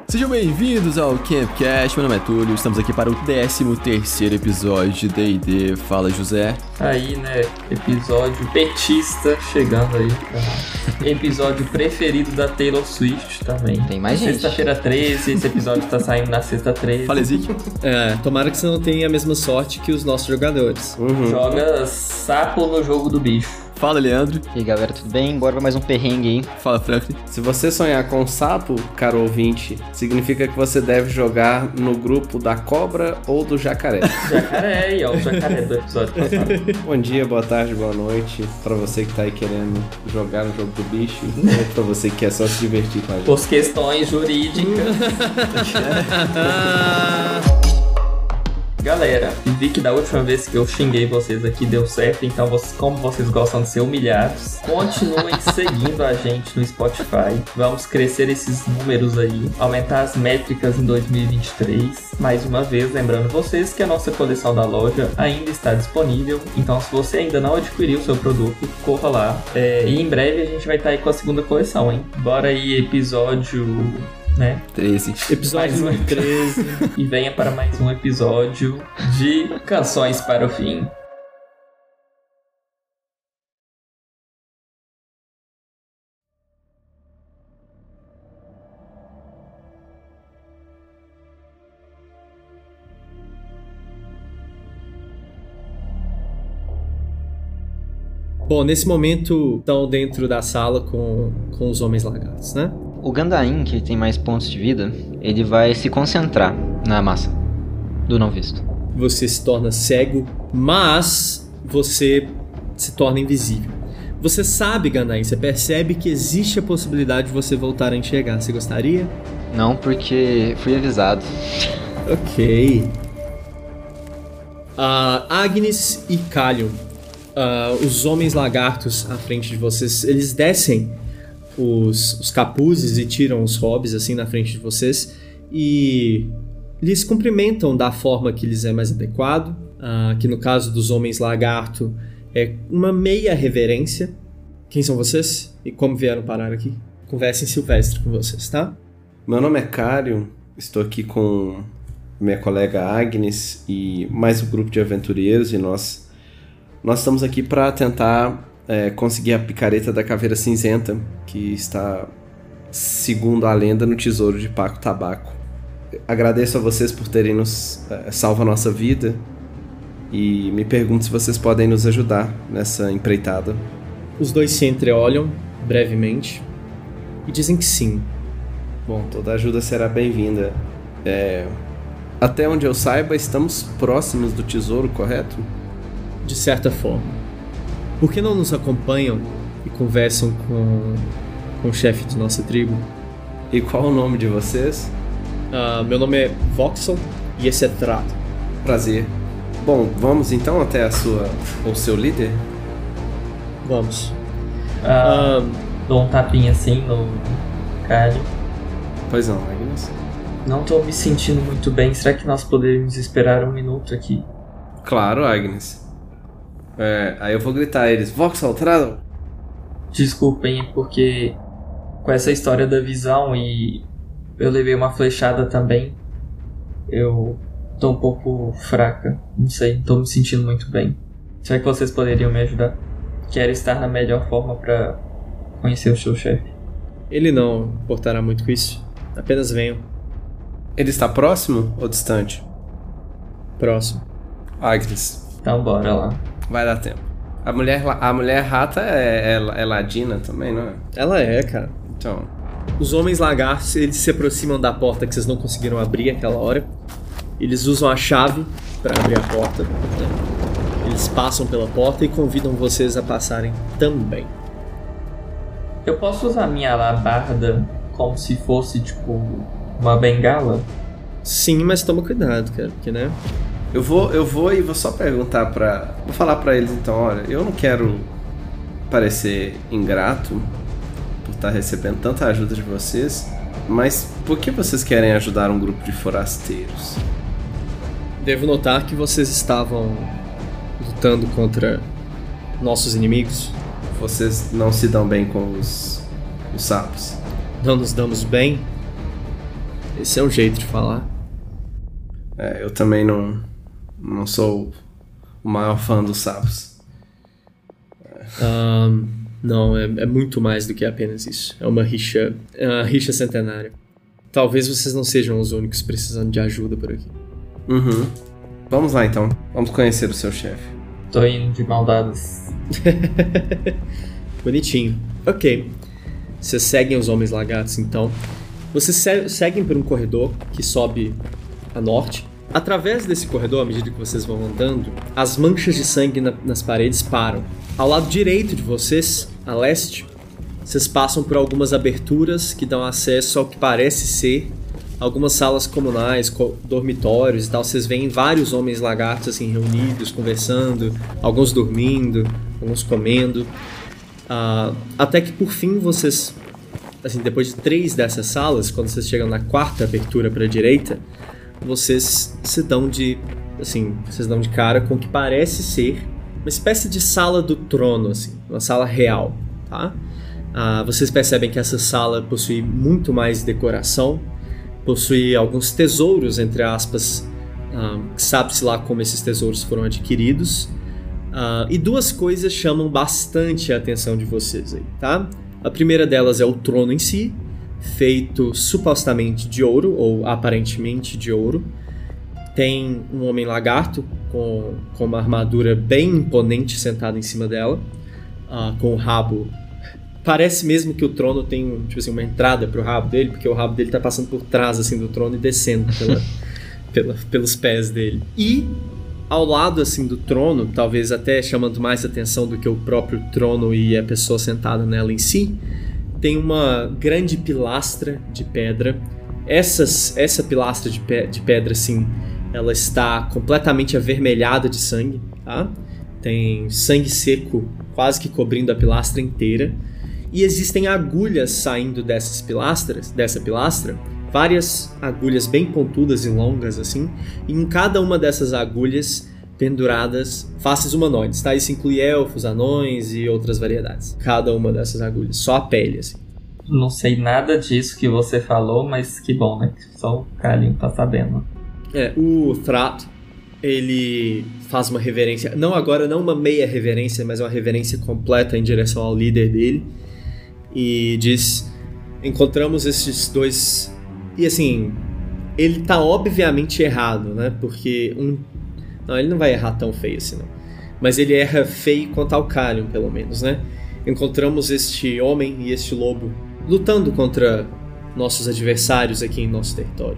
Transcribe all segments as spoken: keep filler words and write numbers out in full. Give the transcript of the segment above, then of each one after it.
Sejam bem-vindos ao Campcast, meu nome é Túlio, estamos aqui para o décimo terceiro episódio de D e D. Fala, José. Aí, né, episódio petista chegando aí. Episódio preferido da Taylor Swift também. Tem mais gente. Sexta-feira treze, esse episódio tá saindo na sexta treze. Fala, Ezequiel. É, tomara que você não tenha a mesma sorte que os nossos jogadores. Uhum. Joga sapo no jogo do bicho. Fala, Leandro. E aí, galera, tudo bem? Bora pra mais um perrengue aí. Fala, Franklin. Se você sonhar com um sapo, caro ouvinte, significa que você deve jogar no grupo da cobra ou do jacaré. Jacaré aí, ó, o jacaré do episódio passado. Bom dia, boa tarde, boa noite pra você que tá aí querendo jogar no jogo do bicho ou pra você que quer só se divertir com a gente. Por questões jurídicas. Galera, vi que da última vez que eu xinguei vocês aqui deu certo, então vocês, como vocês gostam de ser humilhados, continuem seguindo a gente no Spotify. Vamos crescer esses números aí, aumentar as métricas em dois mil e vinte e três. Mais uma vez, lembrando vocês que a nossa coleção da loja ainda está disponível, então se você ainda não adquiriu o seu produto, corra lá. É, e em breve a gente vai estar aí com a segunda coleção, hein? Bora aí, episódio... né? treze. Episódio Mais um. treze. E venha para mais um episódio de Canções para o Fim. Bom, nesse momento estão dentro da sala com, com os homens lagartos, né? O Gandain, que tem mais pontos de vida, ele vai se concentrar na massa do não visto. Você se torna cego, mas você se torna invisível. Você sabe, Gandain, você percebe que existe a possibilidade de você voltar a enxergar. Você gostaria? Não, porque fui avisado. Ok. Uh, Agnes e Kalion, uh, os homens lagartos à frente de vocês, eles descem os, os capuzes e tiram os hobbies assim na frente de vocês e lhes cumprimentam da forma que lhes é mais adequado, uh, que no caso dos homens lagarto é uma meia reverência. Quem são vocês? E como vieram parar aqui? Conversa em Silvestre com vocês, tá? Meu nome é Cário, estou aqui com minha colega Agnes e mais um grupo de aventureiros e nós, nós estamos aqui para tentar é, conseguir a picareta da caveira cinzenta que está, segundo a lenda, no tesouro de Paco Tabaco. Agradeço a vocês por terem nos é, salvo a nossa vida e me pergunto se vocês podem nos ajudar nessa empreitada. Os dois se entreolham brevemente e dizem que sim. Bom, toda ajuda será bem-vinda. É... Até onde eu saiba, estamos próximos do tesouro, correto? De certa forma. Por que não nos acompanham e conversam com, com o chefe de nossa tribo? E qual o nome de vocês? Uh, meu nome é Voxel e esse é Trato. Prazer. Bom, vamos então até a sua... o seu líder? Vamos. Ah, Uh, dou um tapinha assim no Cário. Pois não, Agnes? Não tô me sentindo muito bem. Será que nós poderíamos esperar um minuto aqui? Claro, Agnes. É, aí eu vou gritar a eles: Voxel, Trato! Desculpem, porque com essa história da visão e eu levei uma flechada também, eu tô um pouco fraca. Não sei, não tô me sentindo muito bem. Será que vocês poderiam me ajudar? Quero estar na melhor forma pra conhecer o seu chefe. ele não importará muito com isso. Apenas venham. Ele está próximo ou distante? Próximo. Agnes, Então bora lá. vai dar tempo. A mulher, a mulher rata é, é, é ladina também, não é? Ela é, cara. Então, Os homens lagartos, eles se aproximam da porta que vocês não conseguiram abrir aquela hora. Eles usam a chave para abrir a porta. Eles passam pela porta e convidam vocês a passarem também. Eu posso usar minha alabarda como se fosse, tipo, uma bengala? Sim, mas toma cuidado, cara, porque, né? eu vou, eu vou e vou só perguntar pra... Vou falar pra eles então, olha, eu não quero parecer ingrato por estar recebendo tanta ajuda de vocês, mas por que vocês querem ajudar um grupo de forasteiros? Devo notar que vocês estavam lutando contra nossos inimigos. Vocês não se dão bem com os, os sapos? Não nos damos bem. Esse é um jeito de falar. É, eu também não, não sou o maior fã dos sapos. Um, não, é, é muito mais do que apenas isso. É uma rixa, é uma rixa centenária. Talvez vocês não sejam os únicos precisando de ajuda por aqui. Uhum. Vamos lá então, vamos conhecer o seu chefe. Tô indo de mão dadas. Bonitinho. Ok. Vocês seguem os homens lagartos então. Vocês se- seguem por um corredor que sobe a norte. Através desse corredor, à medida que vocês vão andando, as manchas de sangue na- nas paredes param. Ao lado direito de vocês, a leste, vocês passam por algumas aberturas que dão acesso ao que parece ser algumas salas comunais, co- dormitórios e tal. Vocês veem vários homens lagartos assim reunidos, conversando, alguns dormindo, alguns comendo. Ah, até que por fim vocês, assim, depois de três dessas salas, quando vocês chegam na quarta abertura para a direita, vocês se dão de, assim, vocês dão de cara com o que parece ser uma espécie de sala do trono, assim, uma sala real, tá? Ah, vocês percebem que essa sala possui muito mais decoração, possui alguns tesouros, entre aspas, ah, sabe-se lá como esses tesouros foram adquiridos. Uh, e duas coisas chamam bastante a atenção de vocês aí, tá? A primeira delas é o trono em si, feito supostamente de ouro, ou aparentemente de ouro. Tem um homem lagarto com, com uma armadura bem imponente sentado em cima dela, uh, com o rabo. Parece mesmo que o trono tem tipo assim, uma entrada pro rabo dele, porque o rabo dele tá passando por trás assim, do trono e descendo pela, pela, pelos pés dele. E ao lado assim do trono, talvez até chamando mais atenção do que o próprio trono e a pessoa sentada nela em si, tem uma grande pilastra de pedra. Essas, essa pilastra de, pe- de pedra, assim, ela está completamente avermelhada de sangue, tá? Tem sangue seco quase que cobrindo a pilastra inteira. E existem agulhas saindo dessas pilastras, dessa pilastra, várias agulhas bem pontudas e longas assim, e em cada uma dessas agulhas penduradas faces humanoides, tá? Isso inclui elfos, anões e outras variedades. Cada uma dessas agulhas, só a pele assim. Não sei nada disso que você falou, mas que bom, né? Só o Kalim tá sabendo. É, o Thrat, ele faz uma reverência, não agora, não uma meia reverência, mas uma reverência completa em direção ao líder dele, e diz: encontramos esses dois. E assim, ele tá obviamente errado, né? Porque um... Não, ele não vai errar tão feio assim, não. Mas ele erra feio quanto ao Kalium, pelo menos, né? Encontramos este homem e este lobo lutando contra nossos adversários aqui em nosso território.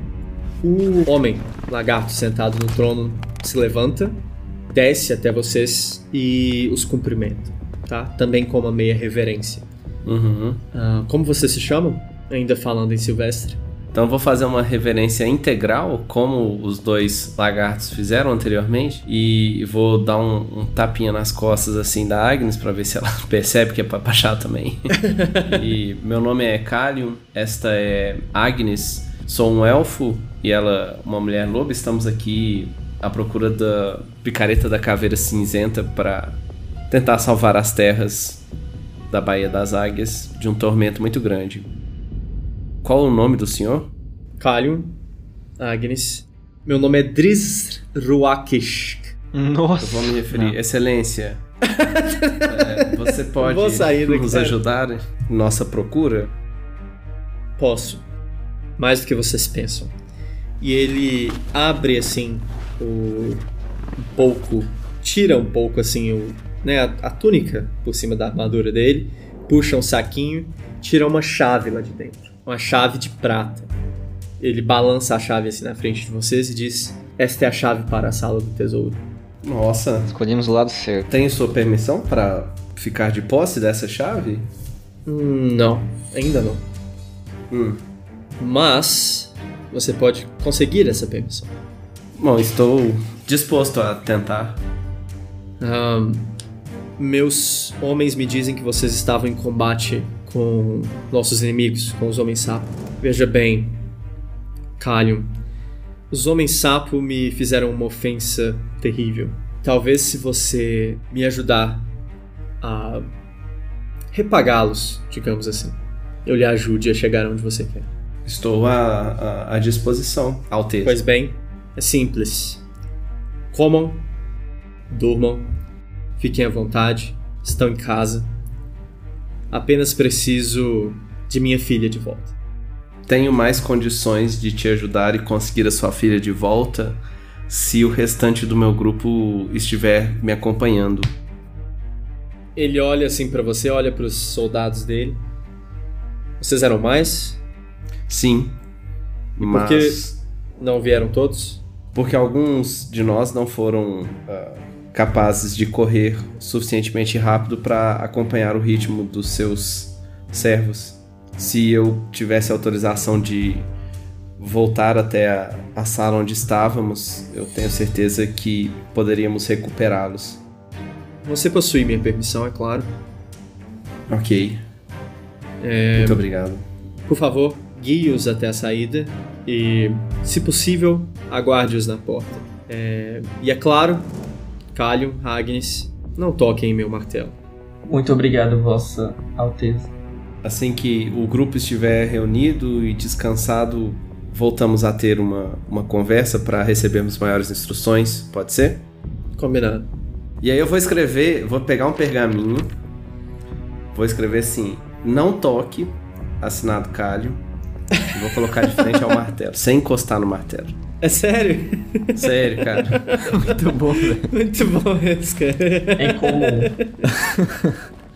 O homem lagarto sentado no trono se levanta, desce até vocês e os cumprimenta, tá? Também com uma meia reverência. Uhum. Ah, como vocês se chamam? Ainda falando em Silvestre. Então vou fazer uma reverência integral, como os dois lagartos fizeram anteriormente, e vou dar um, um tapinha nas costas assim da Agnes pra ver se ela percebe que é pra baixar também. E meu nome é Kalium, esta é Agnes, sou um elfo e ela uma mulher loba. Estamos aqui à procura da picareta da caveira cinzenta para tentar salvar as terras da Baía das Águias de um tormento muito grande. Qual o nome do senhor? Kalium, Agnes. Meu nome é Drizr Ruakishk. Nossa! Eu vou me referir. Excelência, é, você pode Vou sair daqui, nos cara. ajudar em nossa procura? Posso. Mais do que vocês pensam. E ele abre assim o... um pouco, tira um pouco assim o, né, a, a túnica por cima da armadura dele, puxa um saquinho, tira uma chave lá de dentro. Uma chave de prata. Ele balança a chave assim na frente de vocês e diz: esta é a chave para a sala do tesouro. Nossa, Escolhemos o lado certo. tenho sua permissão para ficar de posse dessa chave? Hum, não, ainda não. Hum. Mas você pode conseguir essa permissão. Bom, estou disposto a tentar. Ahn, meus homens me dizem que vocês estavam em combate com nossos inimigos, com os Homens-Sapo. Veja bem, Kalium, os Homens-Sapo me fizeram uma ofensa terrível. Talvez se você me ajudar a repagá-los, digamos assim, eu lhe ajude a chegar onde você quer. Estou à, à, à disposição, Alteza. Pois bem, é simples. Comam, durmam, fiquem à vontade, estão em casa. Apenas preciso de minha filha de volta. Tenho mais condições de te ajudar e conseguir a sua filha de volta se o restante do meu grupo estiver me acompanhando. Ele olha assim pra você, olha pros soldados dele. Vocês eram mais? Sim, E mas... por que não vieram todos? Porque alguns de nós não foram uh, capazes de correr suficientemente rápido para acompanhar o ritmo dos seus servos. Se eu tivesse autorização de voltar até a, a sala onde estávamos, eu tenho certeza que poderíamos recuperá-los. Você possui minha permissão, é claro. Ok. É... Muito obrigado. Por favor, guie-os até a saída e, se possível, aguarde-os na porta. É... E é claro, Calion, Agnes, não toquem em meu martelo. Muito obrigado, Vossa Alteza. Assim que o grupo estiver reunido e descansado, voltamos a ter uma, uma conversa para recebermos maiores instruções, pode ser? Combinado. E aí eu vou escrever, vou pegar um pergaminho, vou escrever assim, não toque, assinado Calion, e vou colocar de frente ao martelo, sem encostar no martelo. É sério? Sério, cara. Muito bom, velho. Muito bom esse, cara. É incomum.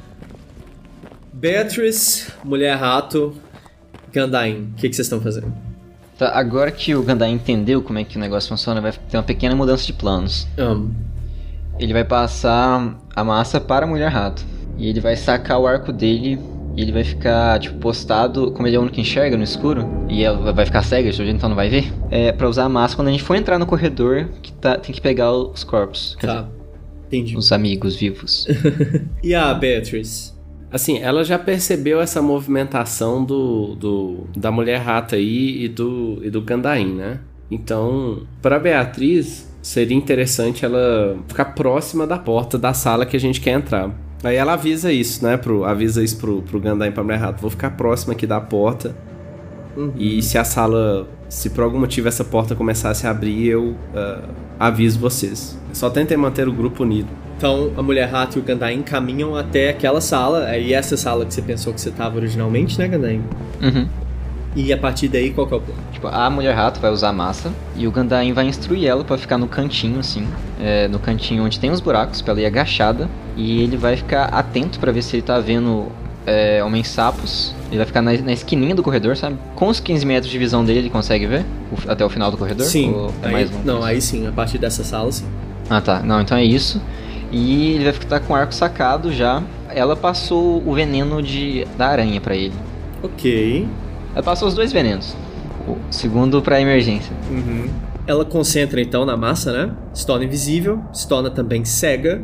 Beatrice, Mulher Rato, Gandain, o que, que vocês estão fazendo? Tá, agora que o Gandain entendeu como é que o negócio funciona, vai ter uma pequena mudança de planos. Um, Ele vai passar a massa para a Mulher Rato. E ele vai sacar o arco dele e ele vai ficar, tipo, postado, como ele é o único que enxerga no escuro, e ela vai ficar cega, então não vai ver, é pra usar a massa quando a gente for entrar no corredor, que tá, tem que pegar os corpos. Quer tá, dizer, entendi. os amigos vivos. E a Beatrice? Assim, ela já percebeu essa movimentação do, do da Mulher Rata aí e do, e do Gandain, né? Então, pra Beatriz, seria interessante ela ficar próxima da porta da sala que a gente quer entrar. Aí ela avisa isso, né? Pro, avisa isso pro, pro Gandain e pra Mulher Rata. Vou ficar próxima aqui da porta. Uhum. E se a sala... Se por algum motivo essa porta começar a se abrir, eu uh, aviso vocês. Só tentem manter o grupo unido. Então, a Mulher Rato e o Gandain caminham até aquela sala. Aí essa sala que você pensou que você estava originalmente, né, Gandain? Uhum. E a partir daí, qual que é o plano? Tipo, a Mulher Rato vai usar a massa e o Gandain vai instruir ela pra ficar no cantinho, assim. É, no cantinho onde tem os buracos, pra ela ir agachada. E ele vai ficar atento pra ver se ele tá vendo é, homens-sapos. Ele vai ficar na, na esquininha do corredor, sabe? Com os quinze metros de visão dele, ele consegue ver o, até o final do corredor? Sim. Ou é aí, mais longe? não, aí sim, a partir dessa sala, sim. Ah, tá. Não, então é isso. E ele vai ficar com o arco sacado já. Ela passou o veneno de, da aranha pra ele. Ok. Ela passou os dois venenos. O segundo pra emergência. Uhum. Ela concentra então na massa, né? Se torna invisível, se torna também cega.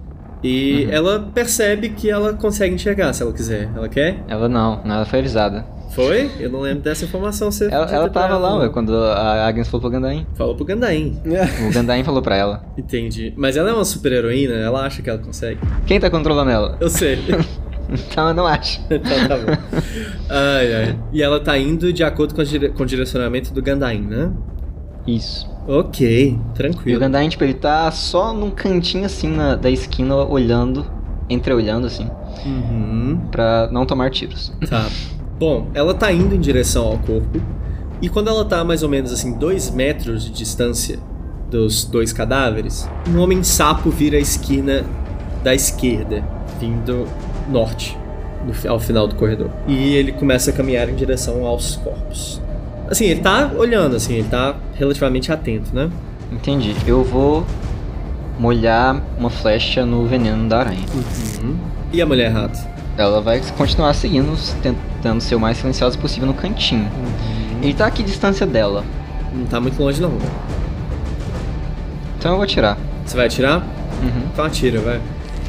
E uhum. ela percebe que ela consegue enxergar se ela quiser. Ela quer? Ela não, não, ela foi avisada. Foi? Eu não lembro dessa informação. Você ela ela tava lá, ué, quando a Agnes falou pro Gandain. Falou pro Gandain. O Gandain falou pra ela. Entendi. Mas ela é uma super heroína, ela acha que ela consegue. Quem tá controlando ela? Eu sei. Então eu não acho. Então tá bom. Ai, ai. E ela tá indo de acordo com, dire... com o direcionamento do Gandain, né? Isso. Ok, tranquilo. E o Gandain, tipo, ele tá só num cantinho assim na, da esquina, olhando, entreolhando assim, uhum. pra não tomar tiros. Tá. Bom, ela tá indo em direção ao corpo, e quando ela tá a mais ou menos assim, dois metros de distância dos dois cadáveres, um homem-sapo vira a esquina da esquerda, vindo norte, no, ao final do corredor. E ele começa a caminhar em direção aos corpos. Assim, ele tá olhando, assim, ele tá relativamente atento, né? Entendi. Eu vou molhar uma flecha no veneno da aranha. Uhum. E a Mulher Rato? Ela vai continuar seguindo, tentando ser o mais silenciosa possível no cantinho. Uhum. Ele tá aqui a distância dela. Não tá muito longe, não. Né? Então eu vou atirar. Você vai atirar? Uhum. Então atira, vai.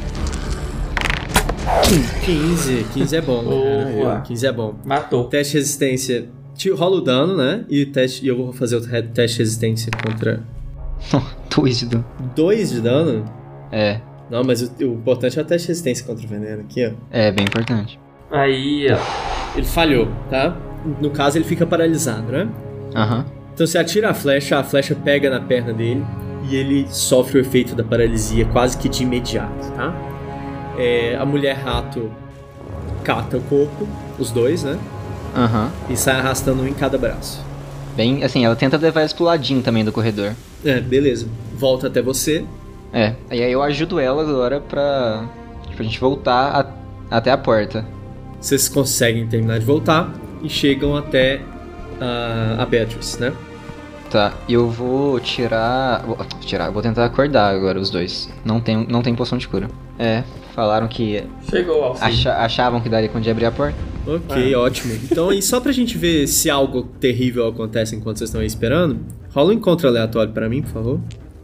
quinze. quinze é bom. Boa. quinze é bom. Matou. Teste de resistência. Rola o dano, né? E, o teste, e eu vou fazer o teste de resistência contra... Dois de dano. Dois de dano? É. Não, mas o, o importante é o teste de resistência contra o veneno aqui, ó. É, bem importante. Aí, ó. Ele falhou, tá? No caso, ele fica paralisado, né? Aham. Então você atira a flecha, a flecha pega na perna dele e ele sofre o efeito da paralisia quase que de imediato, tá? É, a mulher rato cata o corpo, os dois, né? Aham. E sai arrastando um em cada braço. Bem, assim, ela tenta levar eles pro ladinho também do corredor. É, beleza. Volta até você. É, e aí eu ajudo ela agora pra, pra gente voltar a, até a porta. Vocês conseguem terminar de voltar e chegam até a, a Beatrice, né? Tá, e eu vou tirar... Vou tirar, vou tentar acordar agora os dois. Não tem, não tem poção de cura. É, falaram que Chegou o auxílio. acha, achavam que daria quando abrir a porta. Ok, Ah. ótimo. Então, e só pra gente ver se algo terrível acontece enquanto vocês estão aí esperando, rola um encontro aleatório pra mim, por favor.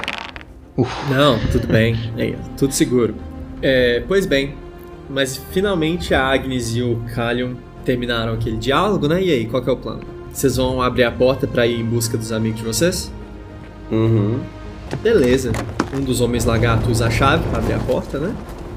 Uf. Não, tudo bem. Aí, ó, tudo seguro. É, pois bem, mas finalmente a Agnes e o Calion terminaram aquele diálogo, né? E aí, qual que é o plano? Vocês vão abrir a porta pra ir em busca dos amigos de vocês? Uhum. Beleza. Um dos homens lagartos usa a chave pra abrir a porta, né?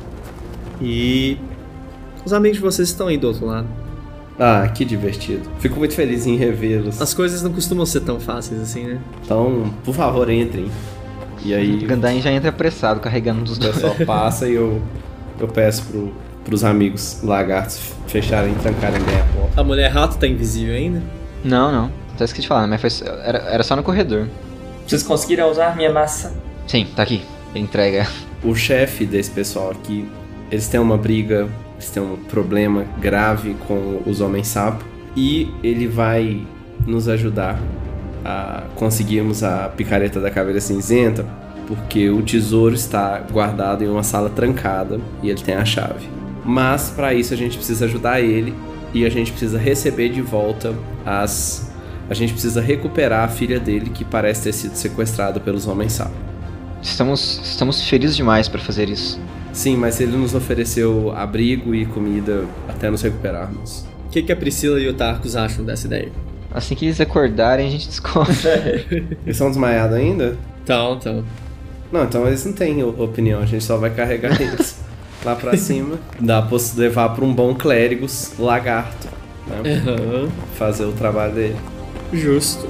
E os amigos de vocês estão aí do outro lado. Ah, que divertido. Fico muito feliz em revê-los. As coisas não costumam ser tão fáceis assim, né? Então, por favor, entrem. E aí, O Gandain já entra apressado, carregando um dos o dois. pessoal passa e eu, eu peço pro, pros amigos lagartos fecharem e trancarem bem a porta. A mulher rato tá invisível ainda? Não, não. Até esqueci de falar, mas foi, era, era só no corredor. Vocês conseguiram usar minha massa? Sim, tá aqui. Ele entrega. O chefe desse pessoal aqui, eles têm uma briga, eles têm um problema grave com os homens-sapo. E ele vai nos ajudar a conseguirmos a picareta da caveira cinzenta, porque o tesouro está guardado em uma sala trancada e ele tem a chave. Mas para isso a gente precisa ajudar ele e a gente precisa receber de volta as... A gente precisa recuperar a filha dele que parece ter sido sequestrada pelos homens-sapo. Estamos, estamos felizes demais pra fazer isso. Sim, mas ele nos ofereceu abrigo e comida até nos recuperarmos. O que, que a Priscila e o Tarcus acham dessa ideia? Assim que eles acordarem, a gente descobre. Eles estão desmaiados ainda? Então, então. Não, então eles não têm o- opinião, a gente só vai carregar eles lá pra cima. Dá pra levar pra um bom clérigo lagarto, né? Aham, Fazer o trabalho dele. justo.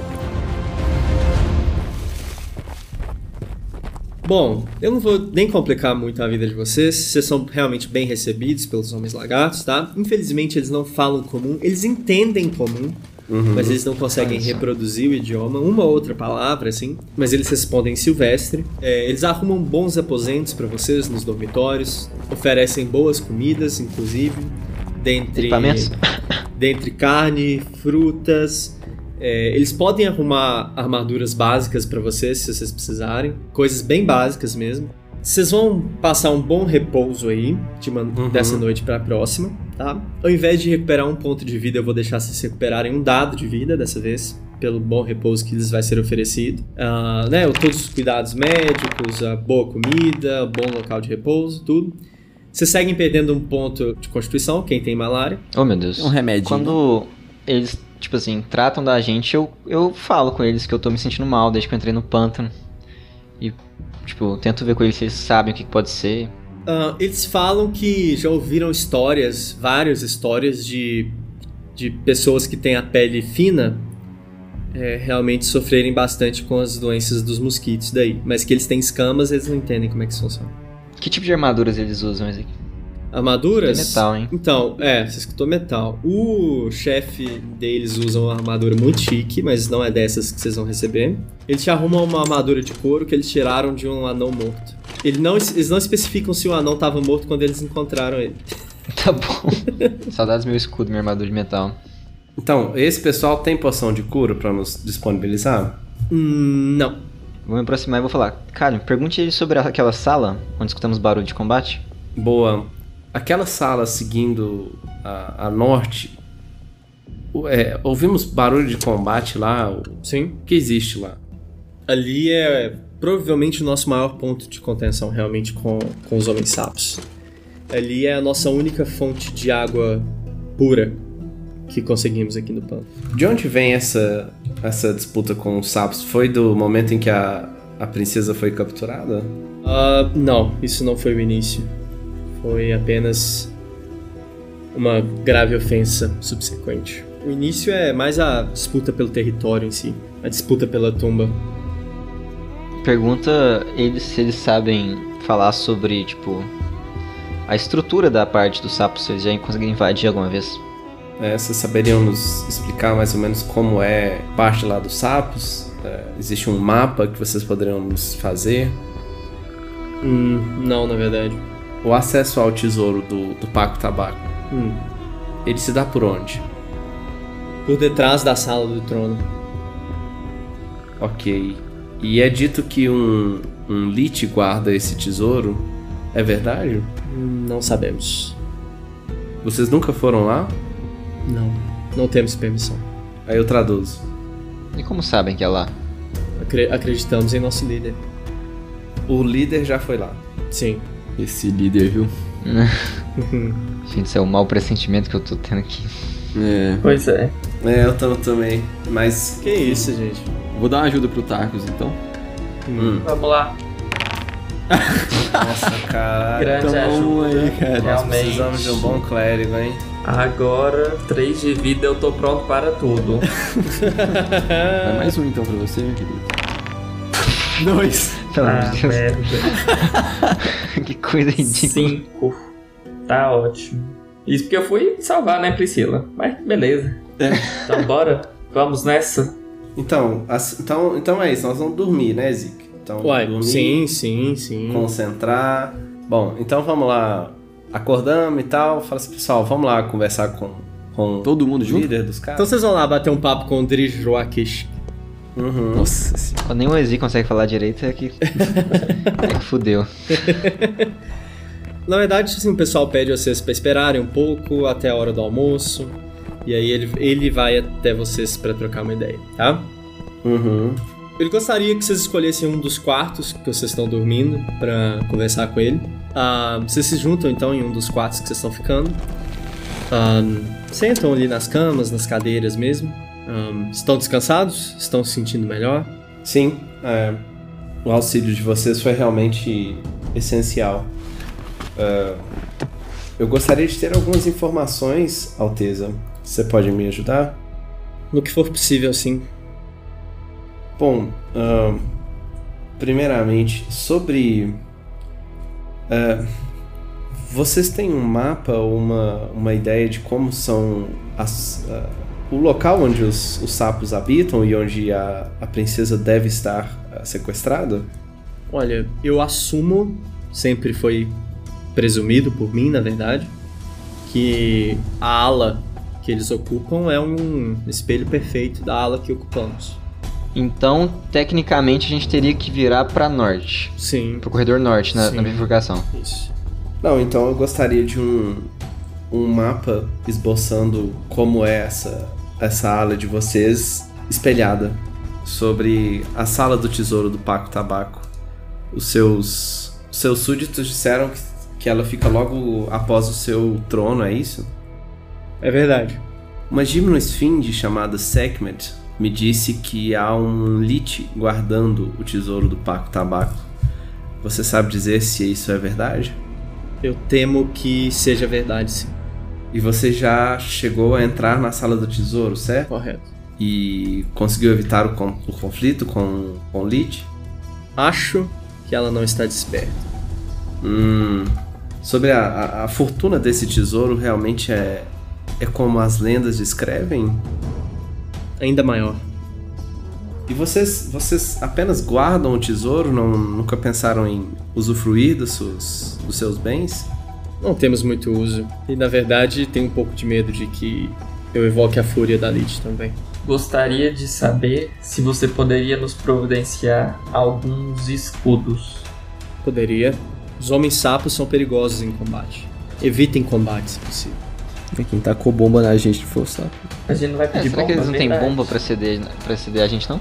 Bom, eu não vou nem complicar muito a vida de vocês. Vocês são realmente bem recebidos pelos homens lagartos, tá? Infelizmente eles não falam comum, eles entendem comum, Uhum. mas eles não conseguem Olha só. reproduzir o idioma, uma ou outra palavra, assim. Mas eles respondem silvestre. É, eles arrumam bons aposentos pra vocês nos dormitórios, oferecem boas comidas, inclusive, dentre, Equipamentos? dentre carne, frutas. É, eles podem arrumar armaduras básicas pra vocês, se vocês precisarem. Coisas bem básicas mesmo. Vocês vão passar um bom repouso aí, de uma- Uhum. dessa noite pra próxima, tá? Ao invés de recuperar um ponto de vida, eu vou deixar vocês recuperarem um dado de vida dessa vez, pelo bom repouso que lhes vai ser oferecido. Ah, né, todos os cuidados médicos, a boa comida, bom local de repouso, tudo. Vocês seguem perdendo um ponto de constituição, quem tem malária. Oh, meu Deus. Um remédio. Quando eles, tipo assim, tratam da gente, eu, eu falo com eles que eu tô me sentindo mal desde que eu entrei no pântano. E, tipo, tento ver com eles se eles sabem o que que pode ser. Ah, eles falam que já ouviram histórias, várias histórias de, de pessoas que têm a pele fina é, realmente sofrerem bastante com as doenças dos mosquitos daí. Mas que eles têm escamas, eles não entendem como é que isso funciona. Que tipo de armaduras eles usam, Ezequiel? Armaduras? Tem metal, hein? Então, é, você escutou metal. O chefe deles usa uma armadura muito chique, mas não é dessas que vocês vão receber. Eles te arrumam uma armadura de couro que eles tiraram de um anão morto. Ele não, eles não especificam se o anão estava morto quando eles encontraram ele. Tá bom. Saudades do meu escudo, minha armadura de metal. Então, esse pessoal tem poção de cura pra nos disponibilizar? Hum, não. Vou me aproximar e vou falar. Cara, pergunte ele sobre aquela sala onde escutamos barulho de combate. Boa. Aquela sala seguindo a, a norte, o- é, ouvimos barulho de combate lá? O Sim. que existe lá? Ali é provavelmente o nosso maior ponto de contenção, realmente, com, com os homens sapos. Ali é a nossa única fonte de água pura que conseguimos aqui no pano. De onde vem essa, essa disputa com os sapos? Foi do momento em que a, a princesa foi capturada? Ah, não, isso não foi o início. Foi apenas uma grave ofensa subsequente. O início é mais a disputa pelo território em si, a disputa pela tumba. Pergunta eles se eles sabem falar sobre, tipo, a estrutura da parte do sapo, se eles já conseguiram invadir alguma vez. É, vocês saberiam nos explicar mais ou menos como é parte lá dos sapos? É, existe um mapa que vocês poderiam nos fazer? Hum, não, na verdade. O acesso ao tesouro do, do Paco Tabaco, Hum. ele se dá por onde? Por detrás da sala do trono. Ok. E é dito que um, um Lich guarda esse tesouro? É verdade? Hum, não sabemos. Vocês nunca foram lá? Não, não temos permissão. Aí eu traduzo. E como sabem que é lá? Acre- acreditamos em nosso líder. O líder já foi lá. Sim. Esse líder, viu? Gente, isso é um mau pressentimento que eu tô tendo aqui. É. Pois é. É, eu tô também. Mas. Que isso, gente? Vou dar uma ajuda pro Tarkus, então. Hum. Vamos lá. Nossa, caralho. Grande Então, ajuda. aí, cara. Nós Realmente. precisamos de um bom clérigo, hein? Agora, três de vida, eu tô pronto para tudo. Vai mais um então pra você, meu querido. Dois. Pelo amor Ah, de Deus. merda. Que coisa ridícula. Cinco. Tá ótimo. Isso porque eu fui salvar, né, Priscila? Mas beleza. É. Então bora. Vamos nessa. Então, as- então, então é isso, nós vamos dormir, né, Zik? Então, Uai, dormir, sim, sim, sim. concentrar. Bom, então vamos lá. Acordamos e tal. Fala assim, pessoal, vamos lá conversar com, com Todo mundo o junto? líder dos Então caras. vocês vão lá bater um papo com o Drish Roakish. Uhum. Nossa senhora. Quando nem o Ezi consegue falar direito, é que. é que fudeu. Na verdade, assim, o pessoal pede vocês pra esperarem um pouco até a hora do almoço. E aí ele, ele vai até vocês pra trocar uma ideia, tá? Uhum. Ele gostaria que vocês escolhessem um dos quartos que vocês estão dormindo pra conversar com ele. Ah, vocês se juntam então em um dos quartos que vocês estão ficando. Ah, sentam ali nas camas, nas cadeiras mesmo. Ah, estão descansados? Estão se sentindo melhor? Sim, é, o auxílio de vocês foi realmente essencial. É, eu gostaria de ter algumas informações, Alteza. Você pode me ajudar? No que for possível, sim. Bom, ahn, primeiramente, sobre... ah, vocês têm um mapa ou uma, uma ideia de como são as, ah, o local onde os, os sapos habitam e onde a, a princesa deve estar ah, sequestrada? Olha, eu assumo, sempre foi presumido por mim, na verdade, que a ala que eles ocupam é um espelho perfeito da ala que ocupamos. Então, tecnicamente, a gente teria que virar pra norte. Sim, Pro corredor norte, na, Sim. na bifurcação. isso. Não, então eu gostaria de um, um mapa esboçando como é essa, essa ala de vocês espelhada sobre a sala do tesouro do Paco Tabaco. Os seus, os seus súditos disseram que, que ela fica logo após o seu trono, é isso? É verdade. Uma gimnosfinge chamada Sekhmet me disse que há um Lich guardando o tesouro do Paco Tabaco. Você sabe dizer se isso é verdade? Eu temo que seja verdade, sim. E você já chegou a entrar na sala do tesouro, certo? Correto. E conseguiu evitar o, con- o conflito com, com o Lich? Acho que ela não está desperta. Hum, sobre a, a, a fortuna desse tesouro, realmente é, é como as lendas descrevem? Ainda maior. E vocês, vocês apenas guardam o tesouro? Não, nunca pensaram em usufruir dos seus, dos seus bens? Não temos muito uso. E na verdade tenho um pouco de medo de que eu evoque a fúria da Lich também. Gostaria de saber se você poderia nos providenciar alguns escudos. Poderia. Os homens sapos são perigosos em combate. Evitem combate se possível. Quem tacou bomba na gente foi o sapo. A gente não vai É, pedir será bomba, que eles não têm verdade. bomba pra ceder, pra ceder a gente, não?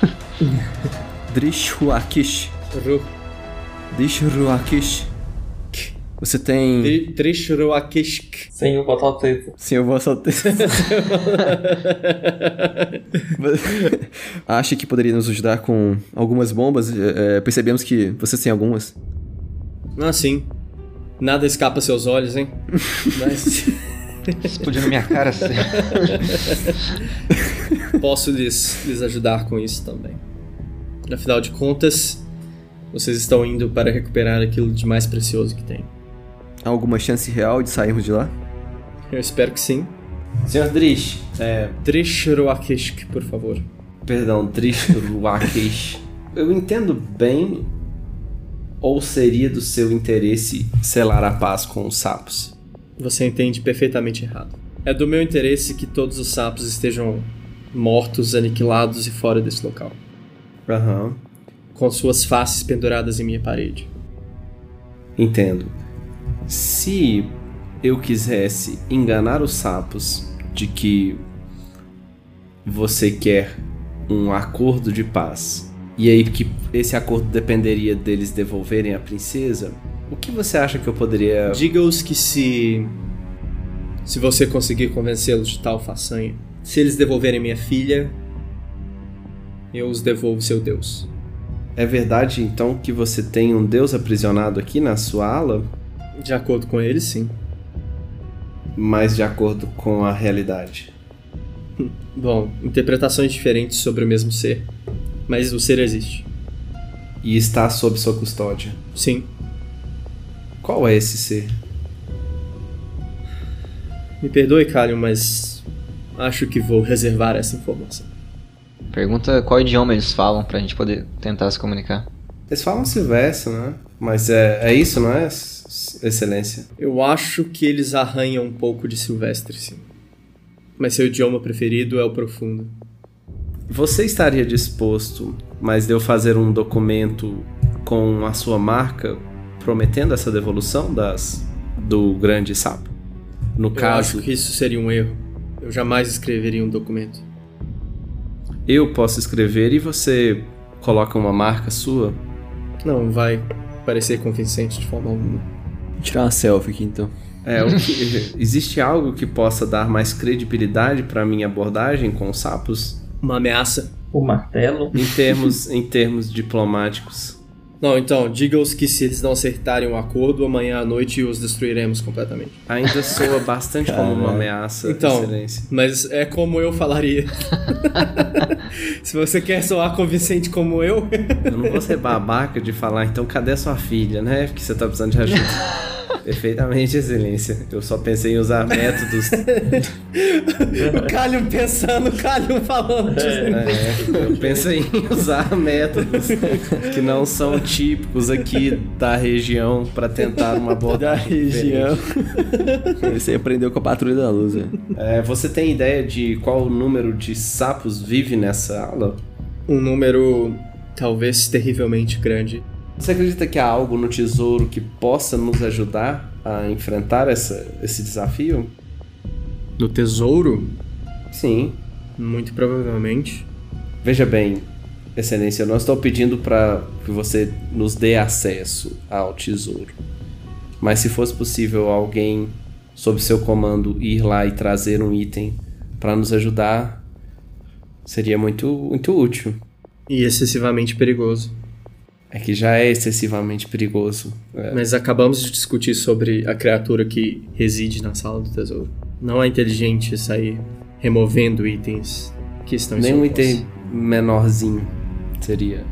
Drishwakish. Ru- Drishwakish. Você tem... Dri- Drishruakishk. Sem o botão teto. Sim, eu vou só ter... Acha que poderia nos ajudar com algumas bombas? É, percebemos que vocês têm algumas. Ah, sim. Nada escapa aos seus olhos, hein? Mas... Explodiu na minha cara. Assim. Posso lhes, lhes ajudar com isso também. Afinal de contas, vocês estão indo para recuperar aquilo de mais precioso que tem. Há alguma chance real de sairmos de lá? Eu espero que sim. Senhor Drish, é... Drish Ruakeshk, por favor. Perdão, Drish Ruakeshk. Eu entendo bem, ou seria do seu interesse selar a paz com os sapos? Você entende perfeitamente errado. É do meu interesse que todos os sapos estejam mortos, aniquilados e fora desse local. Aham. Uhum. Com suas faces penduradas em minha parede. Entendo. Se eu quisesse enganar os sapos de que você quer um acordo de paz, e aí que esse acordo dependeria deles devolverem a princesa, o que você acha que eu poderia... Diga-os que se... Se você conseguir convencê-los de tal façanha, se eles devolverem minha filha, eu os devolvo seu Deus. É verdade, então, que você tem um Deus aprisionado aqui na sua ala? De acordo com eles, sim. Mas de acordo com a realidade? Bom, interpretações diferentes sobre o mesmo ser. Mas o ser existe. E está sob sua custódia? Sim. Qual é esse ser? Me perdoe, Kalion, mas acho que vou reservar essa informação. Pergunta qual idioma eles falam pra gente poder tentar se comunicar. Eles falam silvestre, né? Mas é, é isso, não é, Excelência? Eu acho que eles arranham um pouco de silvestre, sim. Mas seu idioma preferido é o profundo. Você estaria disposto, mas de eu fazer um documento com a sua marca prometendo essa devolução das, do grande sapo? No eu caso... acho que isso seria um erro. Eu jamais escreveria um documento. Eu posso escrever e você coloca uma marca sua? Não vai parecer convincente de forma alguma. Vou tirar uma selfie aqui então. É, o que, existe algo que possa dar mais credibilidade para minha abordagem com os sapos? Uma ameaça. O martelo. Em termos, em termos diplomáticos. Não, então, diga-os que se eles não acertarem um acordo, amanhã à noite os destruiremos completamente. Ainda soa bastante como uma ameaça, então, Excelência. Mas é como eu falaria. Se você quer soar convincente como eu... Eu não vou ser babaca de falar, então cadê a sua filha, né? Porque você tá precisando de ajuda. Perfeitamente, Excelência. Eu só pensei em usar métodos... O Kalion pensando, o Kalion falando. É, é, eu pensei em usar métodos que não são típicos aqui da região para tentar uma abordagem da região. Você aprendeu com a Patrulha da Luz, né? É, você tem ideia de qual número de sapos vive nessa ala? Um número talvez terrivelmente grande. Você acredita que há algo no tesouro que possa nos ajudar a enfrentar essa, esse desafio? No tesouro? Sim. Muito provavelmente. Veja bem, Excelência, eu não estou pedindo para que você nos dê acesso ao tesouro. Mas se fosse possível alguém sob seu comando ir lá e trazer um item para nos ajudar, seria muito, muito útil. E excessivamente perigoso. É que já é excessivamente perigoso. É. Mas acabamos de discutir sobre a criatura que reside na sala do tesouro. Não é inteligente sair removendo itens que estão em Nem sua um posse. item menorzinho seria.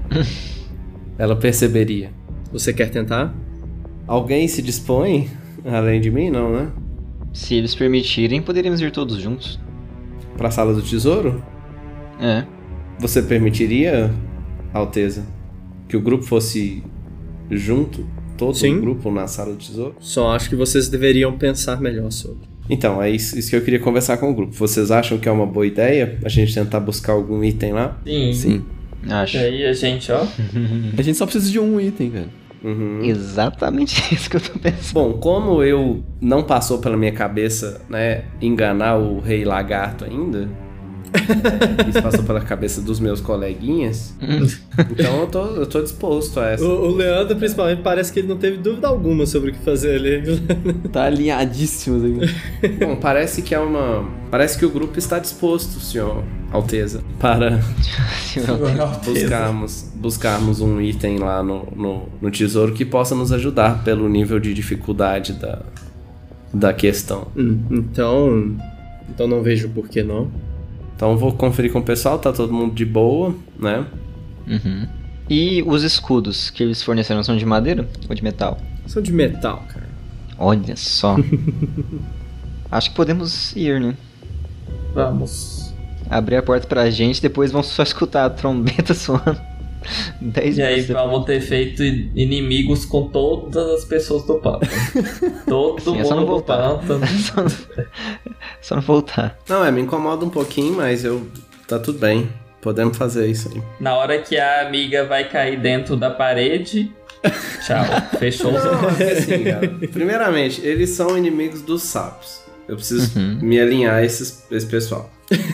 Ela perceberia. Você quer tentar? Alguém se dispõe? Além de mim, não, né? Se eles permitirem, poderíamos ir todos juntos. Pra sala do tesouro? É. Você permitiria, Alteza, que o grupo fosse junto? Todo Sim. o grupo na sala do tesouro? Só acho que vocês deveriam pensar melhor sobre. Então, é isso, isso que eu queria conversar com o grupo. Vocês acham que é uma boa ideia a gente tentar buscar algum item lá? Sim. Sim. Acho. E aí a gente, ó. A gente só precisa de um item, cara. Uhum. Exatamente isso que eu tô pensando. Bom, como eu não passou pela minha cabeça, né, enganar o Rei Lagarto ainda, isso passou pela cabeça dos meus coleguinhas, então eu tô, eu tô disposto a essa. O, o Leandro, principalmente, parece que ele não teve dúvida alguma sobre o que fazer ali. Tá alinhadíssimo aqui. Bom, parece que é uma... Parece que o grupo está disposto, senhor Alteza, para buscarmos, buscarmos um item lá no, no, no tesouro que possa nos ajudar pelo nível de dificuldade da, da questão. Hum, então... Então não vejo por que não. Então vou conferir com o pessoal, tá todo mundo de boa, né? Uhum. E os escudos que eles forneceram são de madeira ou de metal? São de metal, cara. Olha só. Acho que podemos ir, né? Vamos. Abrir a porta pra gente, depois vão só escutar a trombeta soando. dez E aí minutos depois. vamos ter feito inimigos com todas as pessoas do pântano. Todo Sim, é mundo só não do voltar. pântano. só, não... só não voltar. Não, é, me incomoda um pouquinho, mas eu... Tá tudo bem. Podemos fazer isso aí. Na hora que a amiga vai cair dentro da parede, tchau, fechou os Não, olhos. é assim, cara. Primeiramente, eles são inimigos dos sapos. Eu preciso Uhum. me alinhar a esses, esse pessoal.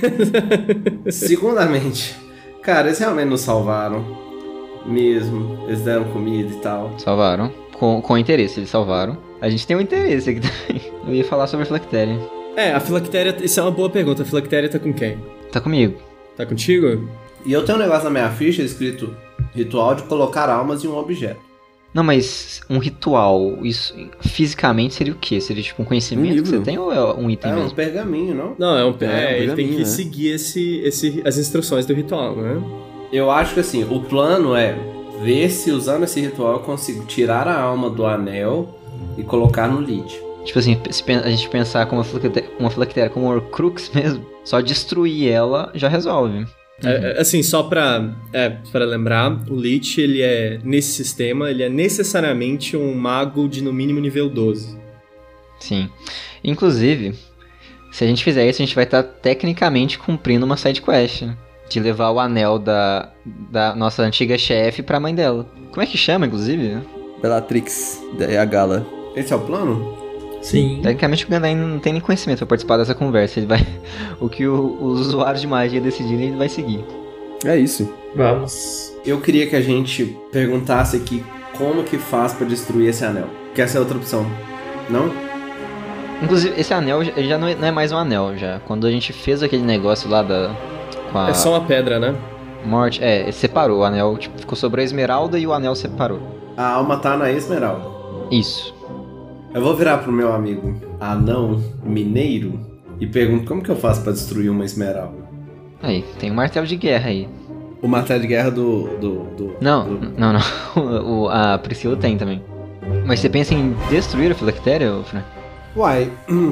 Segundamente, cara, eles realmente nos salvaram. Mesmo. Eles deram comida e tal. Salvaram. Com, com interesse, eles salvaram. A gente tem um interesse aqui também. Eu ia falar sobre a Filactéria. É, a Filactéria... Isso é uma boa pergunta. A Filactéria tá com quem? Tá comigo. Tá contigo? E eu tenho um negócio na minha ficha escrito ritual de colocar almas em um objeto. Não, mas um ritual, isso fisicamente seria o quê? Seria tipo um conhecimento Um que livro. você tem ou é um item É um mesmo? pergaminho, não? Não, é um... É, É, um ele tem pergaminho, que né? seguir esse, esse, as instruções do ritual, né? Eu acho que assim, o plano é ver se usando esse ritual eu consigo tirar a alma do anel e colocar no lead. Tipo assim, se pen- a gente pensar como uma filactéria, uma filactéria como Horcrux mesmo, só destruir ela já resolve. É, é, assim, só pra, é, pra lembrar, o Lich, ele é, nesse sistema, ele é necessariamente um mago de no mínimo nível doze. Sim. Inclusive, se a gente fizer isso, a gente vai estar tecnicamente cumprindo uma side quest, né? De levar o anel da, da nossa antiga chefe pra mãe dela. Como é que chama, inclusive? Bellatrix, é a Gala. Esse é o plano? Sim. Tecnicamente o Gandalf não tem nem conhecimento pra participar dessa conversa. Ele vai. O que o- os usuários de magia decidirem, ele vai seguir. É isso. Vamos. Eu queria que a gente perguntasse aqui como que faz pra destruir esse anel. Que essa é outra opção. Não? Inclusive, esse anel ele já não é, não é mais um anel já. Quando a gente fez aquele negócio lá da. Com a É só uma pedra, né? morte. É, ele separou o anel. Tipo, ficou sobre a esmeralda e o anel separou. A alma tá na esmeralda. Isso. Eu vou virar pro meu amigo anão mineiro e pergunto como que eu faço pra destruir uma esmeralda. Aí, tem um martelo de guerra aí. O martelo de guerra do... do, do Não, do- não, não. O, o- a Priscila tem também. Mas você pensa em destruir a Filactéria, ô Fran? Uai,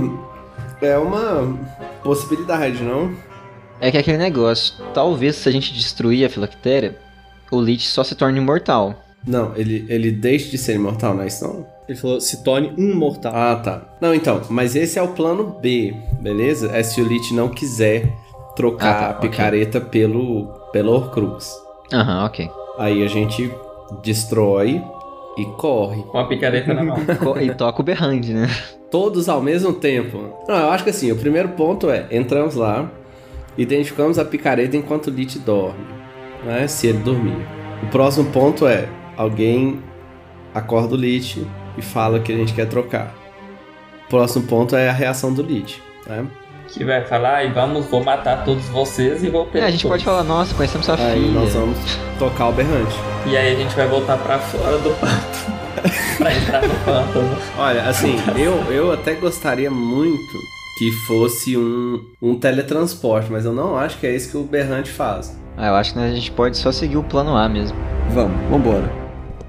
é uma possibilidade, não? É que aquele negócio, talvez se a gente destruir a Filactéria, o Lich só se torne imortal. Não, ele, ele deixa de ser imortal, não é isso não? Ele falou, se torne um mortal. Ah, tá. Não, então, mas esse é o plano B, beleza? É se o Lich não quiser trocar Ah, tá, a picareta pelo, pelo Horcrux. Aham, ok. Aí a gente destrói e corre. Com a picareta na mão. Co- E toca o berrand, né? Todos ao mesmo tempo. Não, eu acho que assim, o primeiro ponto é, entramos lá, identificamos a picareta enquanto o Lich dorme, né? Se ele dormir. O próximo ponto é, alguém acorda o Lich e fala que a gente quer trocar. O próximo ponto é a reação do Lich, né? Que vai falar, e vamos, vou matar todos vocês e vou É, pegar a gente todos. pode falar, nossa, conhecemos sua Aí filha. nós vamos tocar o berrante. E aí a gente vai voltar pra fora do pântano. Pra entrar no pântano. Olha, assim, eu, eu até gostaria muito que fosse um, um teletransporte, mas eu não acho que é isso que o berrante faz. Ah, eu acho que a gente pode só seguir o plano A mesmo. Vamos, vambora.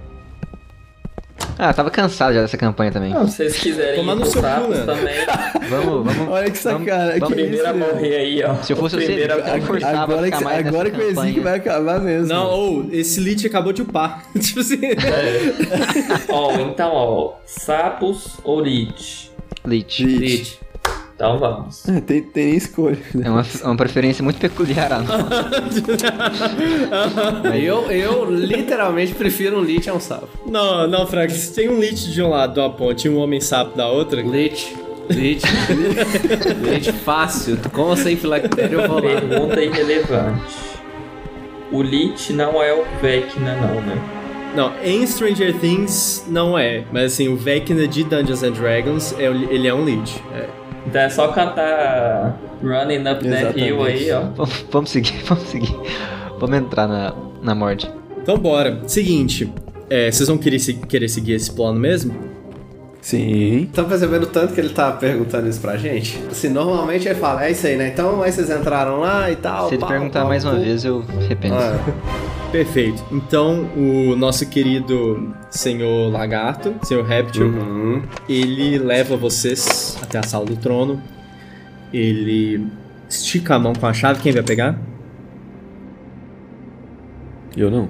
Ah, eu tava cansado já dessa campanha também. Não, se vocês quiserem Tomar ir no pros seu cu, sapos né? também. Vamos, vamos. Olha que sacana, vamos- que Primeiro a isso, morrer aí, ó. Se eu fosse O você, primeiro a eu morrer. forçava a Agora ficar que, mais agora nessa que o Ezequiel campanha. vai acabar mesmo. Não, ou, esse Lich acabou de upar. Tipo assim... É. Ó, então, ó. Sapos ou Lich? Lich. Lich. Então vamos. Tem, tem nem escolha. É uma, é uma preferência muito peculiar. Ah, não. Eu, eu literalmente prefiro um Lich a um sapo. Não, não, Frank, se tem um Lich de um lado de uma ponte e um homem sapo da outra... Lich. Lich. Lich fácil. Com ou sem filactéria eu vou lá. Pergunta irrelevante. O Lich não é o Vecna, não, né? Não, em Stranger Things não é, mas assim, o Vecna de Dungeons and Dragons, é, o- ele é um Lich. É. Então é só cantar Running Up That Hill aí, ó. Vamos, vamos seguir, vamos seguir. Vamos entrar na, na morte. Então bora. Seguinte, é, vocês vão querer, se- querer seguir esse plano mesmo? Sim. Estão percebendo tanto que ele tá perguntando isso pra gente? Assim, normalmente ele fala, é isso aí, né? Então, aí vocês entraram lá e tal. Se ele pau, perguntar pau, mais uma pau. vez, eu repenso. Ah, Perfeito. Então, o nosso querido senhor Lagarto, senhor Réptil, uhum. ele leva vocês até a sala do trono. Ele estica a mão com a chave. Quem vai pegar? Eu não.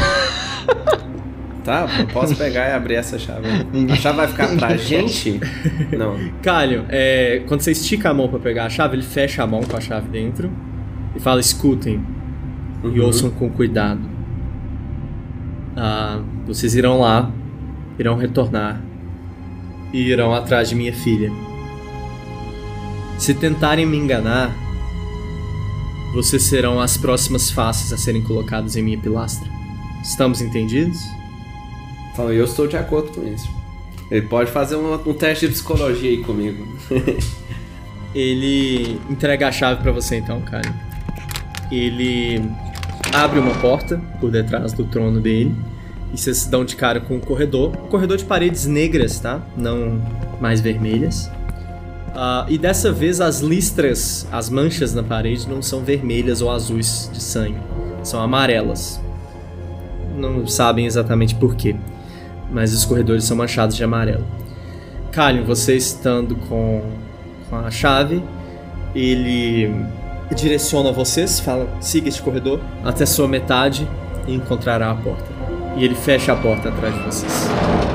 Tá, eu posso pegar e abrir essa chave. A chave vai ficar pra gente? Não. Calho, é, quando você estica a mão pra pegar a chave, ele fecha a mão com a chave dentro e fala, escutem e Uhum. ouçam com cuidado. Ah, vocês irão lá, irão retornar e irão atrás de minha filha. Se tentarem me enganar, vocês serão as próximas faces a serem colocadas em minha pilastra. Estamos entendidos? Então, eu estou de acordo com isso. Ele pode fazer um, um teste de psicologia aí comigo. Ele entrega a chave pra você então, cara. Ele abre uma porta por detrás do trono dele e vocês se dão de cara com um corredor. Um corredor de paredes negras, tá? Não mais vermelhas. Uh, e dessa vez as listras, as manchas na parede não são vermelhas ou azuis de sangue. São amarelas. Não sabem exatamente por quê, mas os corredores são manchados de amarelo. Kalion, você estando com, com a chave, ele direciona vocês, fala, siga este corredor até sua metade e encontrará a porta. E ele fecha a porta atrás de vocês.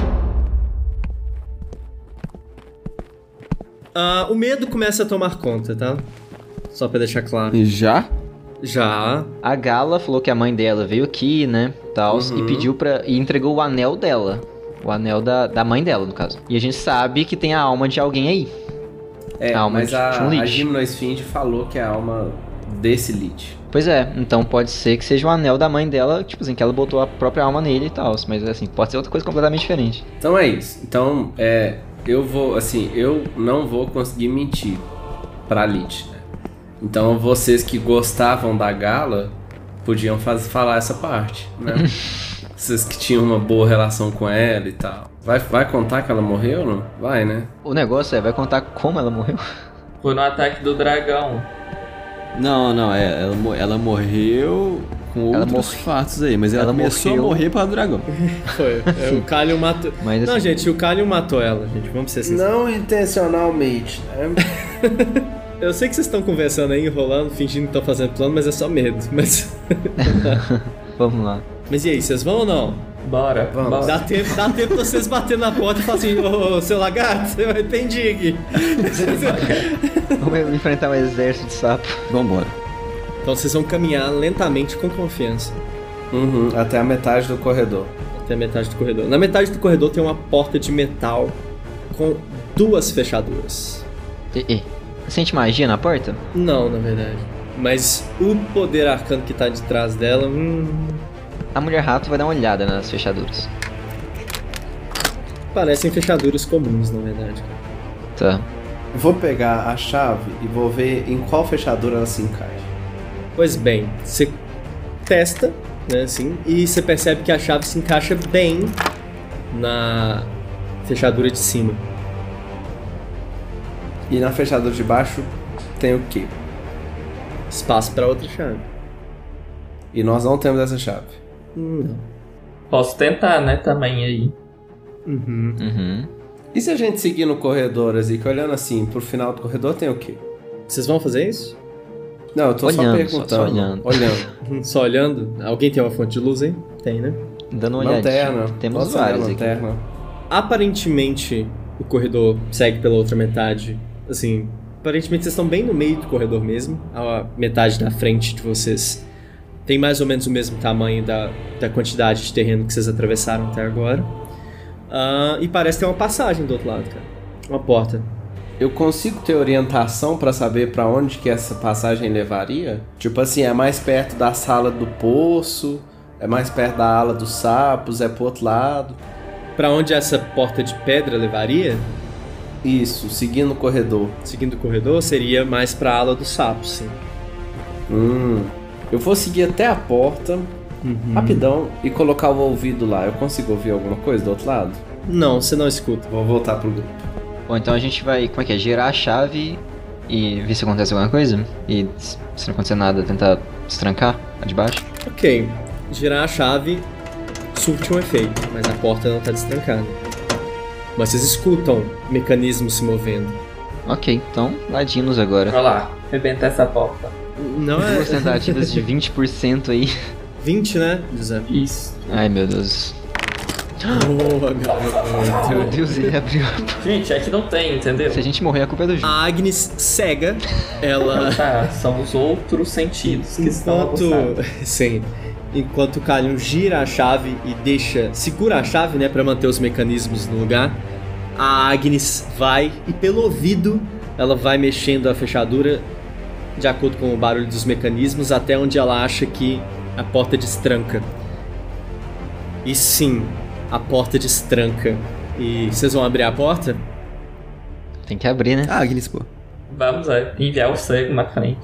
Uh, o medo começa a tomar conta, tá? Só pra deixar claro. E já? Já. A Gala falou que a mãe dela veio aqui, né, tals, Uhum. e pediu pra... e entregou o anel dela. O anel da, da mãe dela, no caso. E a gente sabe que tem a alma de alguém aí. É, A alma mas de a, um Lich. a Gimnosfinge falou que é a alma desse Lich. Pois é, então pode ser que seja o anel da mãe dela, tipo assim, que ela botou a própria alma nele e tal. Mas assim, pode ser outra coisa completamente diferente. Então é isso. Então, é, eu vou, assim, eu não vou conseguir mentir pra Lich, né? Então vocês que gostavam da Gala podiam faz, falar essa parte, né? Vocês que tinham uma boa relação com ela e tal. Vai, vai contar que ela morreu, não? Vai, né? O negócio é, vai contar como ela morreu. Foi no ataque do dragão. Não, não, é, ela, mo- ela morreu com Ela outros morre- fatos aí, mas ela, ela começou morreu- a morrer para o dragão. Foi. É, o Kalion matou. Mas, Não, assim, gente, o Kalion matou ela, gente. Vamos ser sinceros. Não intencionalmente, né? Eu sei que vocês estão conversando aí, enrolando, fingindo que estão fazendo plano, mas é só medo. Mas. Vamos lá. Mas e aí, vocês vão ou não? Bora, Vamos. bora. Dá tempo, dá tempo pra vocês baterem na porta e falar assim, ô, ô, seu lagarto, você vai entendi aqui. Vamos enfrentar um exército de sapo. Vambora. Então vocês vão caminhar lentamente com confiança Uhum, até a metade do corredor. até a metade do corredor. Na metade do corredor tem uma porta de metal com duas fechaduras. E, e, sente magia na porta? Não, na verdade. Mas o poder arcano que tá de trás dela, hum, A mulher rato vai dar uma olhada nas fechaduras. parecem fechaduras comuns, na verdade. Tá. Eu vou pegar a chave e vou ver em qual fechadura ela se encaixa. Pois bem, você testa, né, assim, e você percebe que a chave se encaixa bem na fechadura de cima. E na fechadura de baixo tem o quê? Espaço para outra chave. E nós não temos essa chave. Hum, não. Posso tentar, né, também aí. Uhum. Uhum. E se a gente seguir no corredor, assim, que olhando assim, pro final do corredor tem o quê? Vocês vão fazer isso? Não, eu tô Olhando, só só- perguntando. só olhando. Olhando. Só olhando? Alguém tem uma fonte de luz aí? Tem, né? Dando uma olhadinha. Lanterna. Temos Posso olhar a vários aqui. lanterna? Aparentemente, o corredor segue pela outra metade. Assim, aparentemente vocês estão bem no meio do corredor mesmo. A metade da frente de vocês tem mais ou menos o mesmo tamanho da, da quantidade de terreno que vocês atravessaram até agora. Ah, e parece ter uma passagem do outro lado, cara. Uma porta. Eu consigo ter orientação pra saber pra onde que essa passagem levaria? Tipo assim, é mais perto da sala do poço, é mais perto da ala dos sapos, é pro outro lado. Pra onde essa porta de pedra levaria, Isso, seguindo o corredor. seguindo o corredor, seria mais pra ala dos sapos, sim. Hum. Eu vou seguir até a porta, Uhum. rapidão, e colocar o ouvido lá. Eu consigo ouvir alguma coisa do outro lado? Não, você não escuta. Vou voltar pro grupo. Bom, então a gente vai, como é que é? Girar a chave e ver se acontece alguma coisa? E se não acontecer nada, tentar destrancar a de baixo? Ok. Girar a chave surte um efeito, mas a porta não tá destrancada. Mas vocês escutam mecanismos se movendo. Ok, então ladinos agora. Olha lá, arrebentar essa porta. Não é... Duas tentativas de vinte por cento aí. vinte, né, José? Isso. Ai, meu Deus. Boa, garoto. Meu Deus, ele abriu. Gente, é que não tem, entendeu? Se a gente morrer, a culpa é do Ju. A Agnes cega, ela... Tá, são os outros sentidos que estão Enquanto... aguçados. Sim. Enquanto o Kalion gira a chave e deixa... Segura a chave, né, pra manter os mecanismos no lugar. A Agnes vai e pelo ouvido ela vai mexendo a fechadura de acordo com o barulho dos mecanismos até onde ela acha que a porta destranca. E sim, a porta destranca. E vocês vão abrir a porta? Tem que abrir, né? Ah, Agnes, pô. Vamos é, enviar o cego na frente.